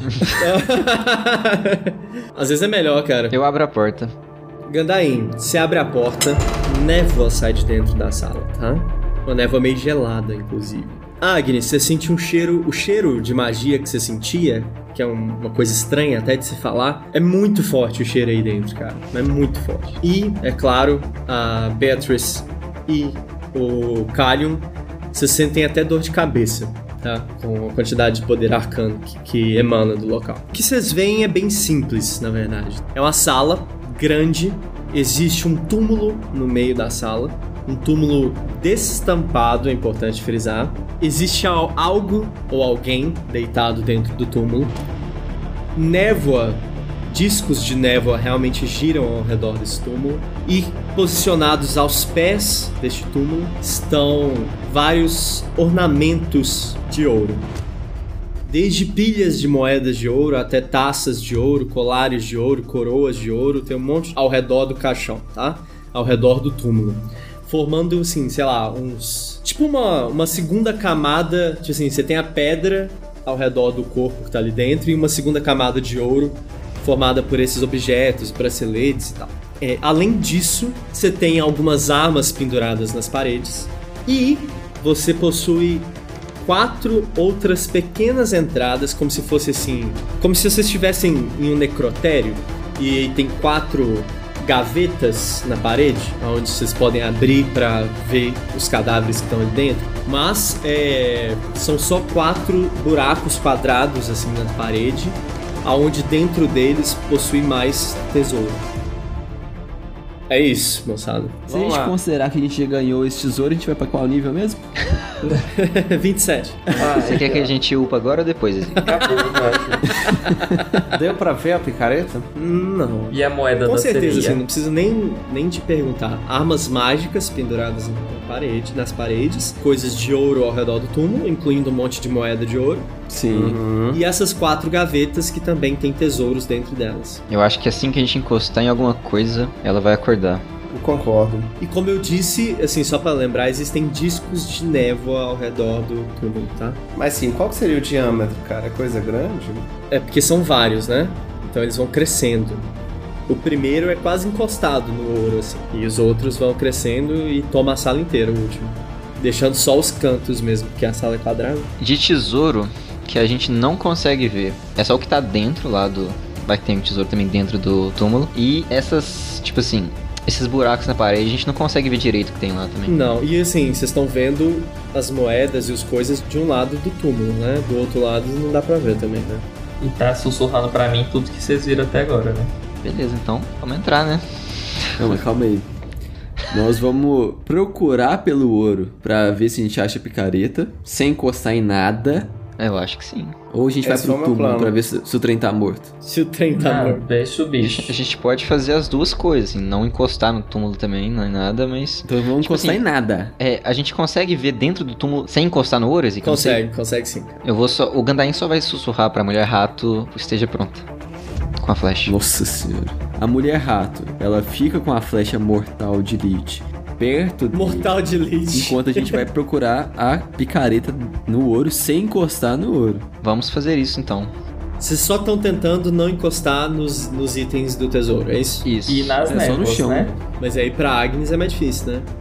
Às vezes é melhor, cara. Eu abro a porta. Gandain, você abre a porta, névoa sai de dentro da sala, tá? Uma névoa meio gelada, inclusive. Agnes, você sente um cheiro... O cheiro de magia que você sentia, que é um, uma coisa estranha até de se falar, é muito forte o cheiro aí dentro, cara. É muito forte. E, é claro, a Beatrice e o Kalion, vocês sentem até dor de cabeça, tá? Com a quantidade de poder arcano que, que emana do local. O que vocês veem é bem simples, na verdade. É uma sala grande, existe um túmulo no meio da sala. Um túmulo destampado, é importante frisar. Existe algo ou alguém deitado dentro do túmulo. Névoa, discos de névoa realmente giram ao redor desse túmulo. E posicionados aos pés deste túmulo estão vários ornamentos de ouro. Desde pilhas de moedas de ouro até taças de ouro, colares de ouro, coroas de ouro. Tem um monte ao redor do caixão, tá? Ao redor do túmulo. Formando, assim, sei lá, uns... Tipo uma, uma segunda camada... Tipo assim, você tem a pedra ao redor do corpo que tá ali dentro e uma segunda camada de ouro formada por esses objetos, braceletes e tal. É, além disso, você tem algumas armas penduradas nas paredes e você possui quatro outras pequenas entradas, como se fosse assim... Como se vocês estivessem em um necrotério e tem quatro... gavetas na parede, onde vocês podem abrir para ver os cadáveres que estão ali dentro, mas é, são só quatro buracos quadrados assim na parede, aonde dentro deles possui mais tesouro. É isso, moçada. Se a gente lá. considerar que a gente já ganhou esse tesouro, a gente vai pra qual nível mesmo? vinte e sete. Ah, Você quer que a gente upa agora ou depois? Assim? acabou, eu Deu pra ver a picareta? Não. E a moeda Com da certeza, sereia? assim, não preciso nem, nem te perguntar. Armas mágicas penduradas na parede, nas paredes, coisas de ouro ao redor do túmulo, incluindo um monte de moeda de ouro, Sim. Uhum. e essas quatro gavetas que também tem tesouros dentro delas. Eu acho que assim que a gente encostar em alguma coisa, ela vai acordar. Eu concordo. E como eu disse, assim, só pra lembrar, existem discos de névoa ao redor do túmulo, tá? Mas sim, qual que seria o diâmetro, cara? É coisa grande? É porque são vários, né? Então eles vão crescendo. O primeiro é quase encostado no ouro, assim. E os outros vão crescendo e toma a sala inteira, o último. Deixando só os cantos mesmo, porque a sala é quadrada. De tesouro que a gente não consegue ver. É só o que tá dentro lá do... Vai que tem um tesouro também dentro do túmulo. E essas, tipo assim... Esses buracos na parede, a gente não consegue ver direito o que tem lá também. Não, e assim, vocês estão vendo as moedas e as coisas de um lado do túmulo, né? Do outro lado não dá pra ver também, né? E tá sussurrando pra mim tudo que vocês viram até agora, né? Beleza, então vamos entrar, né? Não, mas calma aí. Nós vamos procurar pelo ouro pra ver se a gente acha picareta, sem encostar em nada. Eu acho que sim. Ou a gente Esse vai foi pro o meu túmulo plano. pra ver se, se o trem tá morto. Se o trem tá Ah, morto. deixa o A bicho. gente pode fazer as duas coisas, assim, não encostar no túmulo também, não é nada, mas... Então vamos Tipo encostar assim, em nada. É, a gente consegue ver dentro do túmulo sem encostar no ouro, assim? que eu não sei. Consegue, consegue sim. cara. Eu vou só... O Gandain só vai sussurrar pra mulher rato, esteja pronta. Com a flecha. Nossa senhora. A mulher rato, ela fica com a flecha mortal de Lich perto dele, Mortal de Lich. enquanto a gente vai procurar a picareta no ouro sem encostar no ouro. Vamos fazer isso, então. Vocês só estão tentando não encostar nos, nos itens do tesouro, é isso? Isso. E nas É só no névoas, chão. né? Mas aí pra Agnes é mais difícil, né?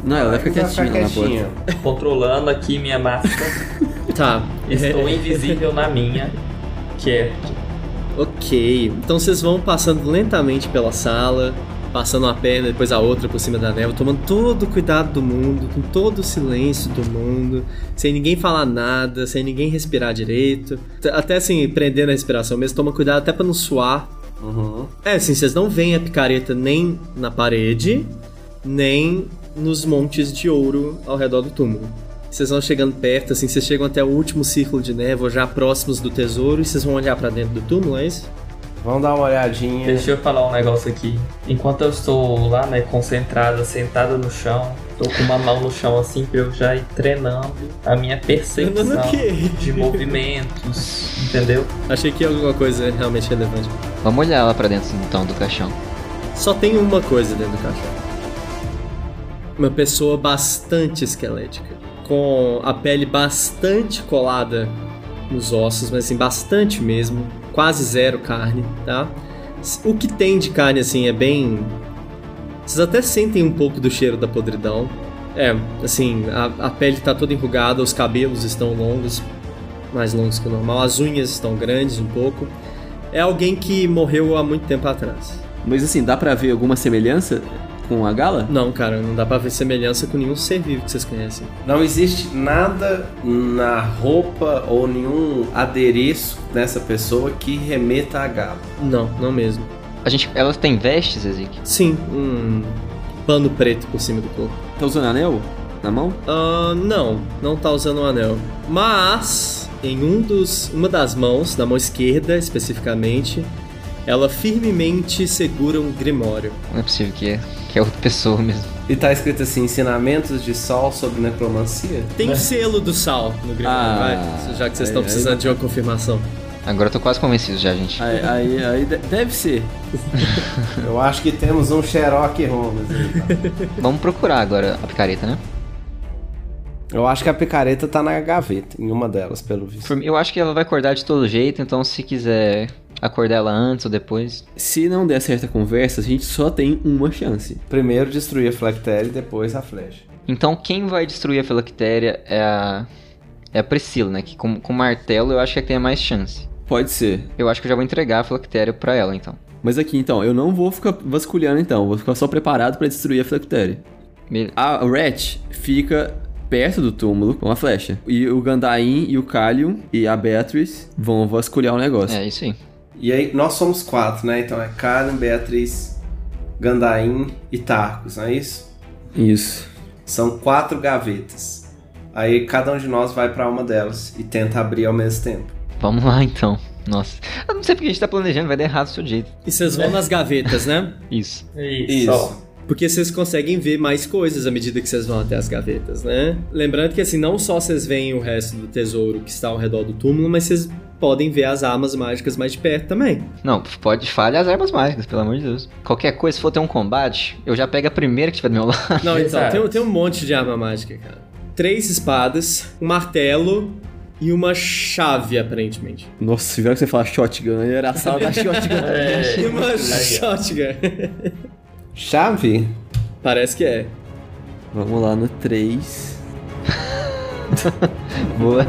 Não, ela vai ficar Vai ficar quietinha lá na quietinha. porta. Controlando aqui minha máscara. Tá. Estou invisível na minha. Quieto. Ok. Então vocês vão passando lentamente pela sala, passando uma perna, depois a outra por cima da névoa, tomando todo o cuidado do mundo, com todo o silêncio do mundo, sem ninguém falar nada, sem ninguém respirar direito. Até assim, prendendo a respiração mesmo, toma cuidado até pra não suar. Uhum. É, assim, vocês não veem a picareta nem na parede, nem nos montes de ouro ao redor do túmulo. Vocês vão chegando perto, assim, vocês chegam até o último círculo de névoa, já próximos do tesouro, e vocês vão olhar pra dentro do túmulo, é isso? Vamos dar uma olhadinha. Deixa eu falar um negócio aqui. Enquanto eu estou lá, né, concentrada, sentada no chão, tô com uma mão no chão assim pra eu já ir treinando a minha percepção Treinando o quê? de movimentos, entendeu? Achei que alguma coisa realmente relevante. Vamos olhar lá pra dentro então do caixão. Só tem uma coisa dentro do caixão. Uma pessoa bastante esquelética, com a pele bastante colada nos ossos, mas assim, bastante mesmo, quase zero carne, tá? O que tem de carne, assim, é bem... Vocês até sentem um pouco do cheiro da podridão. É, assim, a, a pele tá toda enrugada, os cabelos estão longos, mais longos que o normal, as unhas estão grandes um pouco. É alguém que morreu há muito tempo atrás. Mas assim, dá pra ver alguma semelhança com a Gala? Não, cara, não dá pra ver semelhança com nenhum ser vivo que vocês conhecem. Não existe nada na roupa ou nenhum adereço dessa pessoa que remeta a Gala. Não, não mesmo. A gente, elas têm vestes, Ezequiel? Sim, um pano preto por cima do corpo. Tá usando anel na mão? Ah, não, não tá usando o anel. Mas, em um dos, uma das mãos, na mão esquerda especificamente, ela firmemente segura um grimório. Não é possível que é, que é outra pessoa mesmo. E tá escrito assim, ensinamentos de Sol sobre necromancia. Tem o selo do sal no grimório, Ah, vai? Já que vocês aí- estão aí precisando não- de uma confirmação. Agora eu tô quase convencido já, gente. Aí, aí, aí de- deve ser. Eu acho que temos um Sherlock Holmes aí. Vamos procurar agora a picareta, né? Eu acho que a picareta tá na gaveta, em uma delas, pelo visto. Por mim, eu acho que ela vai acordar de todo jeito, então se quiser acordar ela antes ou depois... Se não der certa conversa, a gente só tem uma chance. Primeiro destruir a Flectere e depois a flecha. Então quem vai destruir a filactéria é a... É a Priscila, né? Que com, com martelo eu acho que é que tem a mais chance. Pode ser. Eu acho que eu já vou entregar a filactéria pra ela, então. Mas aqui, então, eu não vou ficar vasculhando, então. Vou ficar só preparado pra destruir a Flectere. Beleza. A Rat fica perto do túmulo com a flecha. E o Gandain e o Kalium e a Beatriz vão vasculhar o negócio. É, isso aí. E aí, nós somos quatro, né? Então é Karen, Beatriz, Gandain e Tarcos, não é isso? Isso. São quatro gavetas. Aí cada um de nós vai pra uma delas e tenta abrir ao mesmo tempo. Vamos lá, então. Nossa. Eu não sei porque a gente tá planejando, vai dar errado do seu jeito. E vocês vão nas gavetas, né? Isso. Isso. Isso. Porque vocês conseguem ver mais coisas à medida que vocês vão até as gavetas, né? Lembrando que assim, não só vocês veem o resto do tesouro que está ao redor do túmulo, mas vocês podem ver as armas mágicas mais de perto também. Não, pode falhar as armas mágicas, pelo amor de Deus. Qualquer coisa, se for ter um combate, eu já pego a primeira que tiver do meu lado. Não, então, Exato. tem, tem um monte de arma mágica, cara. Três espadas, um martelo e uma chave, aparentemente. Nossa, se viram que você fala shotgun, era a sala da shotgun. É, E uma aí, ó. shotgun. Chave? Parece que é. Vamos lá no três, Boa.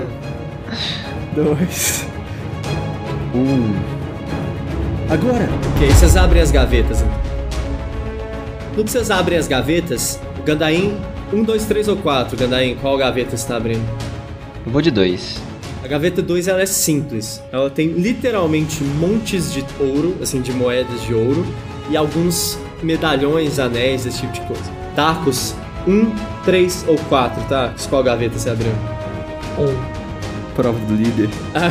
dois, um. Agora! Ok, vocês abrem as gavetas. Então. No que vocês abrem as gavetas, o Gandain... Um, dois, três ou quatro, Gandain? Qual gaveta você está abrindo? Eu vou de dois. A gaveta dois ela é simples. Ela tem literalmente montes de ouro, assim, de moedas de ouro, e alguns medalhões, anéis, esse tipo de coisa. Tarcos, um, três ou quatro, tá? Qual gaveta você abriu? Um. Prova do líder.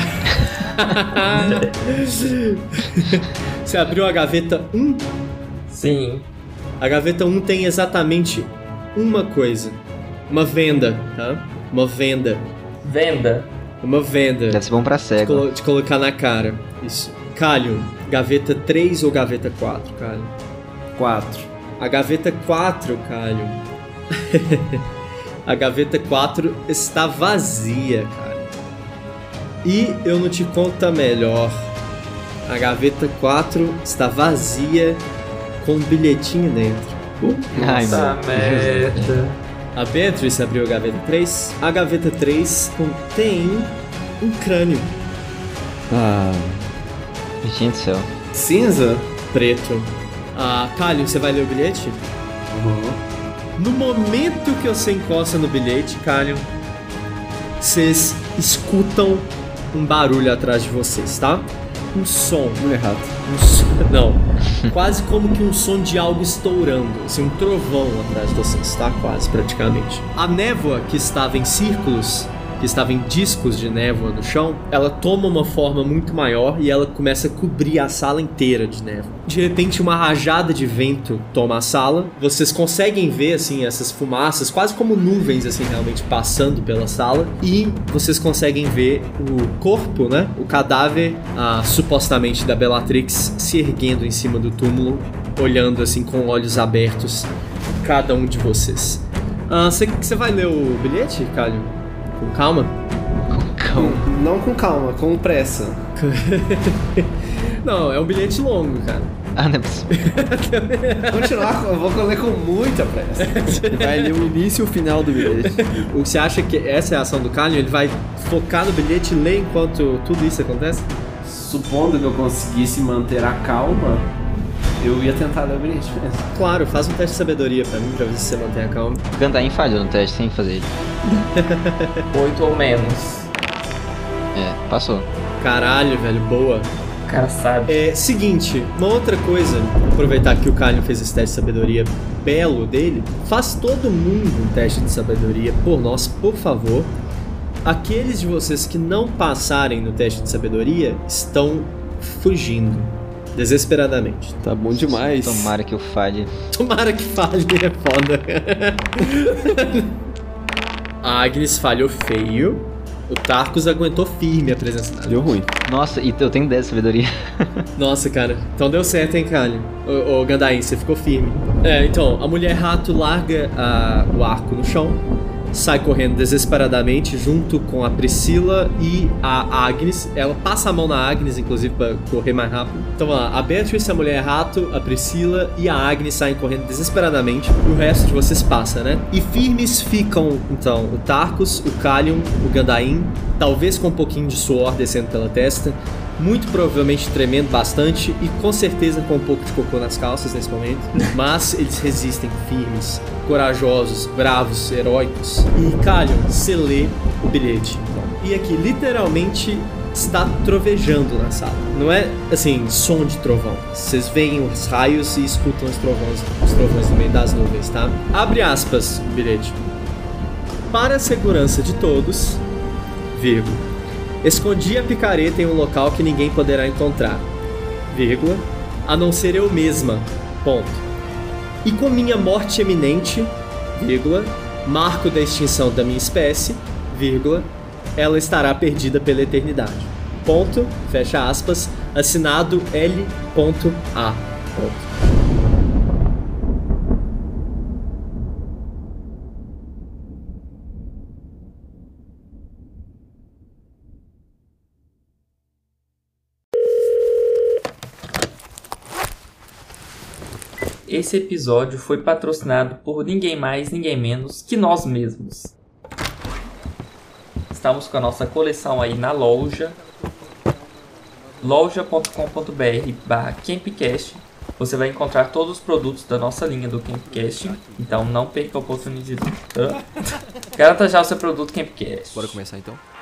Você abriu a gaveta um? Sim. A gaveta um tem exatamente uma coisa. Uma venda, tá? Uma venda. Venda. Uma venda. Deve ser bom pra De, cego. colo- de colocar na cara. Isso. Kalium, gaveta três ou gaveta quatro, Kalium? Quatro. A gaveta quatro, Kalium. A gaveta quatro está vazia, cara. E eu não te conto melhor. A gaveta quatro está vazia com um bilhetinho dentro. Ai, Essa meu Deus. merda. A Beatrice abriu a gaveta três. A gaveta três contém um crânio. Ah, Gente do céu. Cinza? Preto. Ah, Calho, você vai ler o bilhete? Uhum. No momento que você encosta no bilhete, Calho, vocês escutam um barulho atrás de vocês, tá? Um som. mulher rato. Um som, não. Quase como que um som de algo estourando. Assim, um trovão atrás de vocês, tá? Quase, praticamente. A névoa que estava em círculos, que estava em discos de névoa no chão, ela toma uma forma muito maior e ela começa a cobrir a sala inteira de névoa. De repente, uma rajada de vento toma a sala. Vocês conseguem ver, assim, essas fumaças, quase como nuvens, assim, realmente passando pela sala. E vocês conseguem ver o corpo, né? O cadáver, ah, supostamente da Bellatrix, se erguendo em cima do túmulo, olhando, assim, com olhos abertos, cada um de vocês. Você ah, vai ler o bilhete, Calho? Com calma? Com calma. Não com calma, com pressa. Não, é um bilhete longo, cara. Ah, não é possível. Continuar, eu vou ler com muita pressa. Ele vai ler o início e o final do bilhete. Você acha que essa é a ação do Calho? Ele vai focar no bilhete e ler enquanto tudo isso acontece? Supondo que eu conseguisse manter a calma, eu ia tentar ler o bilhete mesmo. Claro, faz um teste de sabedoria pra mim, pra ver se você mantém a calma. Gandain falhou no teste sem fazer ele. Oito ou menos. É, passou. Caralho, velho, boa. O cara sabe. É, seguinte, uma outra coisa, aproveitar que o Calho fez esse teste de sabedoria belo dele, faz todo mundo um teste de sabedoria por nós, por favor. Aqueles de vocês que não passarem no teste de sabedoria estão fugindo desesperadamente. Tá bom demais. Tomara que eu falhe. Tomara que falhe, é foda. A Agnes falhou feio. O Tarkus aguentou firme a presença dela. Deu ruim. Nossa, e eu tenho dez de sabedoria. Nossa, cara. Então deu certo, hein, Calho? Ô, ô Gandain, você ficou firme. É, então, a mulher rato larga a, o arco no chão, sai correndo desesperadamente junto com a Priscila e a Agnes. Ela passa a mão na Agnes, inclusive, pra correr mais rápido. Então, vamos lá. A Beatrice, a mulher rato, a Priscila e a Agnes saem correndo desesperadamente. O resto de vocês passa, né? E firmes ficam, então, o Tarkus, o Calion, o Gandain, talvez com um pouquinho de suor descendo pela testa, muito provavelmente tremendo bastante e com certeza com um pouco de cocô nas calças nesse momento. Mas eles resistem firmes, corajosos, bravos, heróicos. E Calion, você lê o bilhete. E aqui, literalmente, está trovejando na sala. Não é, assim, som de trovão. Vocês veem os raios e escutam os trovões, os trovões no meio das nuvens, tá? Abre aspas, o bilhete. Para a segurança de todos, vírgula. Escondi a picareta em um local que ninguém poderá encontrar, vírgula, a não ser eu mesma, ponto. E com minha morte eminente, vírgula, marco da extinção da minha espécie, vírgula, ela estará perdida pela eternidade. Ponto, fecha aspas, assinado L A. Ponto. Esse episódio foi patrocinado por ninguém mais, ninguém menos que nós mesmos. Estamos com a nossa coleção aí na loja, loja ponto com ponto br barra campcast. Você vai encontrar todos os produtos da nossa linha do Campcast, então não perca a oportunidade. Garanta já o seu produto Campcast. Bora começar então?